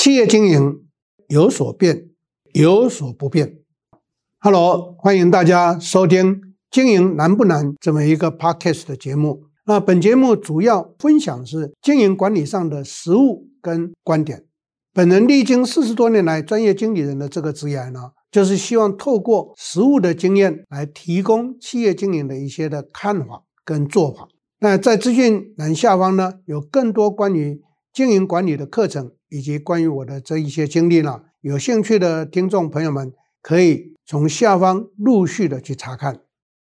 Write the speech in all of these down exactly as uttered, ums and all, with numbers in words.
企业经营有所变，有所不变。Hello， 欢迎大家收听经营难不难这么一个 podcast 的节目。那本节目主要分享是经营管理上的实务跟观点。本人历经四十多年来专业经理人的这个职业呢，就是希望透过实务的经验来提供企业经营的一些的看法跟做法。那在资讯栏下方呢，有更多关于经营管理的课程，以及关于我的这一些经历呢，有兴趣的听众朋友们可以从下方陆续的去查看。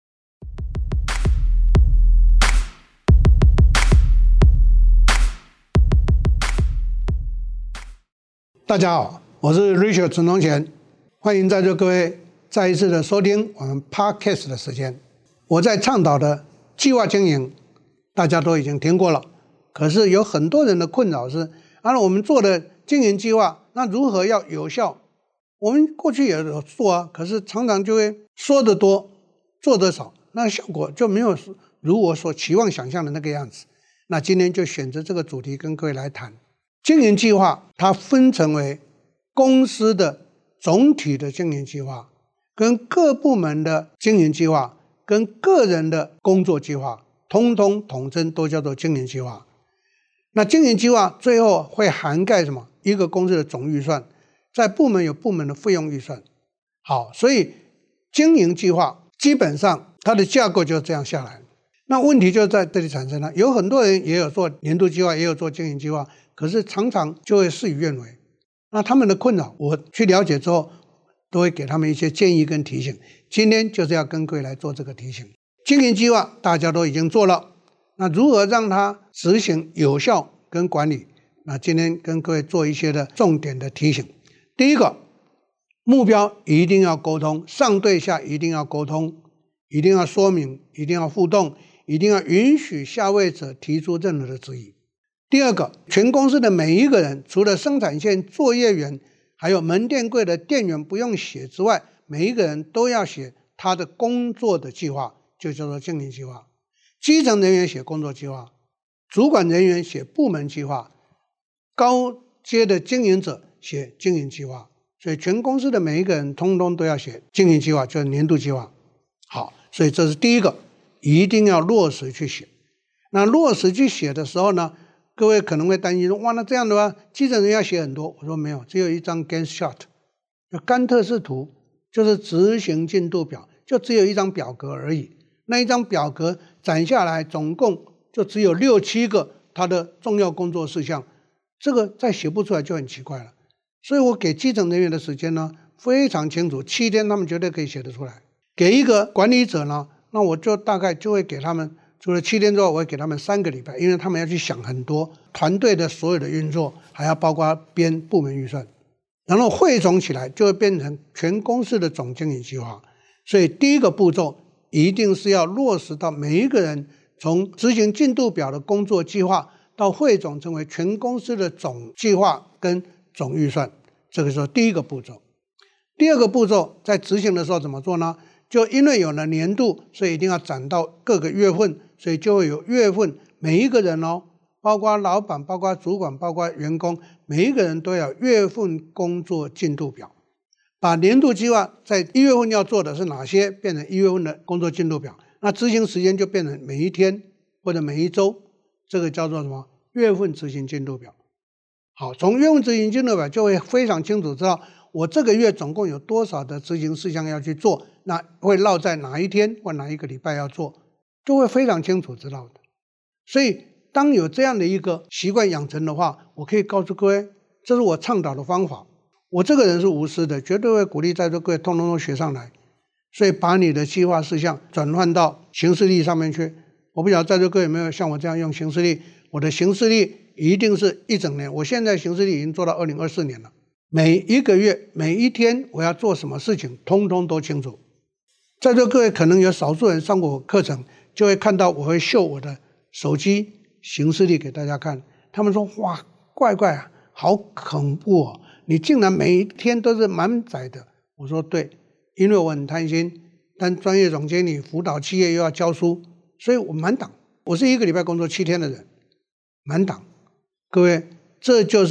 大家好，我是 Richard 陈宗贤，欢迎在座各位再一次的收听我们 Podcast 的时间。我在倡导的计划经营大家都已经听过了，可是有很多人的困扰是，啊，我们做的经营计划那如何要有效？我们过去也有做啊，可是常常就会说得多做得少，那效果就没有如我所期望想象的那个样子。那今天就选择这个主题跟各位来谈经营计划。它分成为公司的总体的经营计划，跟各部门的经营计划，跟个人的工作计划，通通统称都叫做经营计划。那经营计划最后会涵盖什么？一个公司的总预算，在部门有部门的费用预算。好，所以经营计划基本上它的架构就这样下来。那问题就在这里产生了，有很多人也有做年度计划，也有做经营计划，可是常常就会事与愿违。那他们的困扰，我去了解之后，都会给他们一些建议跟提醒。今天就是要跟各位来做这个提醒。经营计划大家都已经做了，那如何让它执行有效跟管理？那今天跟各位做一些的重点的提醒。第一个，目标一定要沟通，上对下一定要沟通，一定要说明，一定要互动，一定要允许下位者提出任何的质疑。第二个，全公司的每一个人，除了生产线作业员还有门店柜的店员不用写之外，每一个人都要写他的工作的计划，就叫做经营计划。基层人员写工作计划，主管人员写部门计划，高阶的经营者写经营计划。所以全公司的每一个人通通都要写经营计划，就是年度计划。好，所以这是第一个，一定要落实去写。那落实去写的时候呢，各位可能会担心说，哇，那这样的话基层人员要写很多。我说没有，只有一张 Gantt chart， 就甘特式图，就是执行进度表，就只有一张表格而已。那一张表格展下来总共就只有六七个它的重要工作事项，这个再写不出来就很奇怪了。所以我给基层人员的时间呢非常清楚，七天他们绝对可以写得出来。给一个管理者呢，那我就大概就会给他们，除了七天之后，我会给他们三个礼拜，因为他们要去想很多团队的所有的运作，还要包括编部门预算，然后汇总起来就会变成全公司的总经营计划。所以第一个步骤一定是要落实到每一个人，从执行进度表的工作计划到汇总成为全公司的总计划跟总预算，这个是第一个步骤。第二个步骤在执行的时候怎么做呢？就因为有了年度，所以一定要展到各个月份，所以就会有月份，每一个人哦，包括老板，包括主管，包括员工，每一个人都要月份工作进度表。把年度计划在一月份要做的是哪些，变成一月份的工作进度表，那执行时间就变成每一天或者每一周，这个叫做什么？月份执行进度表。好，从月份执行进度表就会非常清楚知道我这个月总共有多少的执行事项要去做，那会落在哪一天或哪一个礼拜要做，就会非常清楚知道的。所以当有这样的一个习惯养成的话，我可以告诉各位，这是我倡导的方法。我这个人是无私的，绝对会鼓励在座各位通通都学上来。所以把你的计划事项转换到行事历上面去。我不晓得在座各位有没有像我这样用行事历，我的行事历一定是一整年，我现在行事历已经做到二零二四年了，每一个月每一天我要做什么事情通通都清楚。在座各位可能有少数人上过我课程，就会看到我会秀我的手机行事历给大家看，他们说哇，怪怪啊，好恐怖哦，你竟然每一天都是满载的。我说对，因为我很贪心，当专业总经理辅导企业又要教书，所以我满档，我是一个礼拜工作七天的人，满档。各位，这就是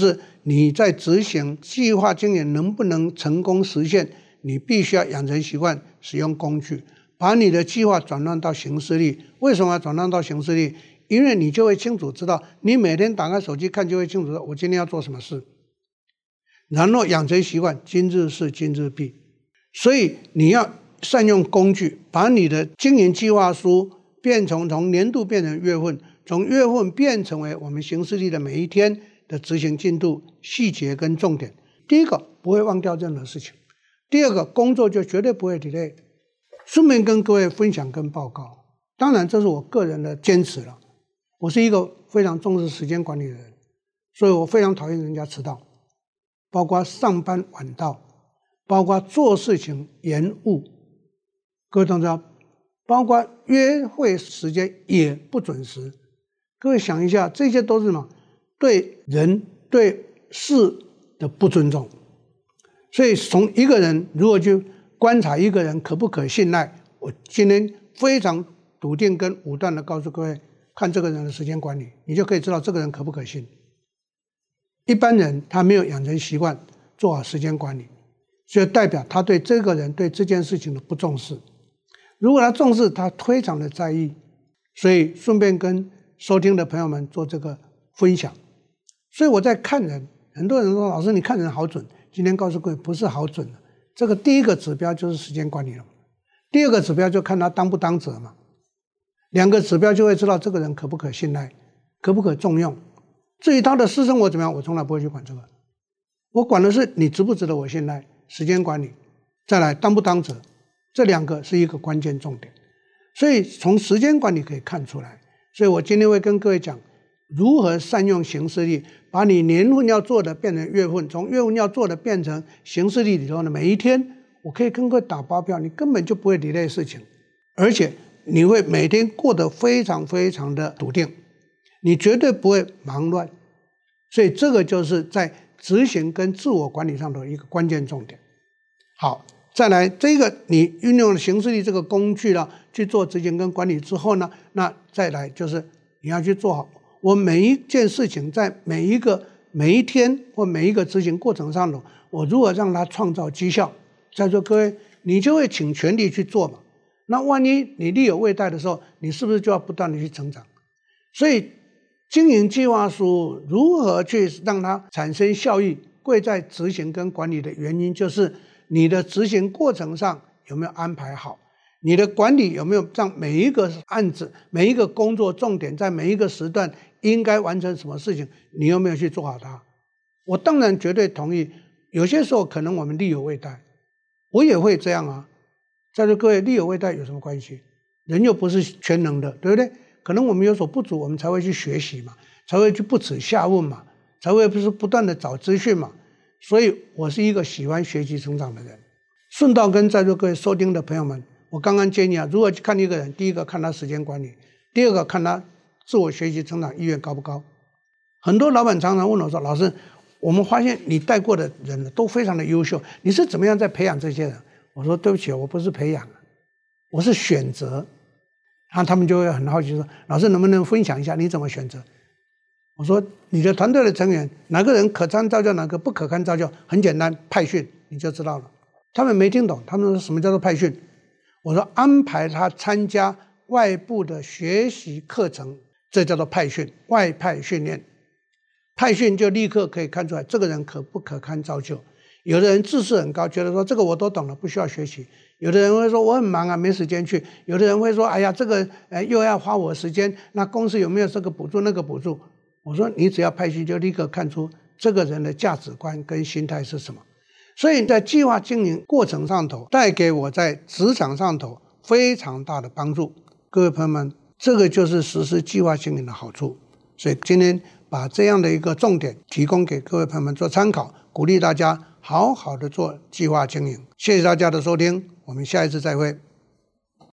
你在执行计划经营能不能成功实现，你必须要养成习惯使用工具，把你的计划转换到行事历。为什么要转换到行事历？因为你就会清楚知道，你每天打开手机看就会清楚知道我今天要做什么事，然后养成习惯，今日事今日毕。所以你要善用工具，把你的经营计划书变成从年度变成月份，从月份变成为我们行事历的每一天的执行进度、细节跟重点。第一个，不会忘掉任何事情；第二个，工作就绝对不会 delay。顺便跟各位分享跟报告，当然这是我个人的坚持了。我是一个非常重视时间管理的人，所以我非常讨厌人家迟到，包括上班晚到，包括做事情延误。各位同志，包括约会时间也不准时。各位想一下，这些都是什么？对人对事的不尊重。所以从一个人如果去观察一个人可不可信赖，我今天非常笃定跟武断的告诉各位，看这个人的时间管理，你就可以知道这个人可不可信。一般人他没有养成习惯做好时间管理，所以代表他对这个人对这件事情的不重视。如果他重视，他非常的在意。所以顺便跟收听的朋友们做这个分享。所以我在看人，很多人说老师你看人好准，今天告诉各位不是好准的。这个第一个指标就是时间管理了，第二个指标就看他当不当责嘛。两个指标就会知道这个人可不可信赖，可不可重用。至于他的私生活怎么样，我从来不会去管这个。我管的是你值不值得我信赖，时间管理，再来当不当责，这两个是一个关键重点。所以从时间管理可以看出来。所以我今天会跟各位讲如何善用行事历，把你年份要做的变成月份，从月份要做的变成行事历里头的每一天。我可以跟各位打包票，你根本就不会 delay 事情，而且你会每天过得非常非常的笃定，你绝对不会忙乱。所以这个就是在执行跟自我管理上的一个关键重点。好，再来这个你运用了行事历这个工具了去做执行跟管理之后呢，那再来就是你要去做好我每一件事情在每一个每一天或每一个执行过程上的，我如何让它创造绩效。在座各位，你就会请全力去做嘛。那万一你力有未逮的时候，你是不是就要不断的去成长？所以经营计划书如何去让它产生效益，贵在执行跟管理的原因就是你的执行过程上有没有安排好，你的管理有没有让每一个案子每一个工作重点在每一个时段应该完成什么事情，你有没有去做好它。我当然绝对同意，有些时候可能我们力有未逮，我也会这样啊。在座各位，力有未逮有什么关系？人又不是全能的，对不对？可能我们有所不足，我们才会去学习嘛，才会去不耻下问嘛，才会不是不断的找资讯嘛。所以我是一个喜欢学习成长的人。顺道跟在座各位收听的朋友们，我刚刚建议啊，如何去看一个人，第一个看他时间管理，第二个看他自我学习成长意愿高不高。很多老板常常问我说，老师，我们发现你带过的人都非常的优秀，你是怎么样在培养这些人？我说对不起，我不是培养，我是选择。然后他们就会很好奇说，老师能不能分享一下你怎么选择？我说你的团队的成员哪个人可参照就哪个不可参照就很简单，派训你就知道了。他们没听懂，他们说什么叫做派训？我说安排他参加外部的学习课程，这叫做派训，外派训练。派训就立刻可以看出来这个人可不可堪造就。有的人知识很高，觉得说这个我都懂了，不需要学习。有的人会说我很忙啊，没时间去。有的人会说，哎呀，这个呃又要花我时间，那公司有没有这个补助那个补助？我说你只要派训，就立刻看出这个人的价值观跟心态是什么。所以在计划经营过程上头，带给我在职场上头非常大的帮助。各位朋友们，这个就是实施计划经营的好处。所以今天把这样的一个重点提供给各位朋友们做参考，鼓励大家好好的做计划经营。谢谢大家的收听，我们下一次再会。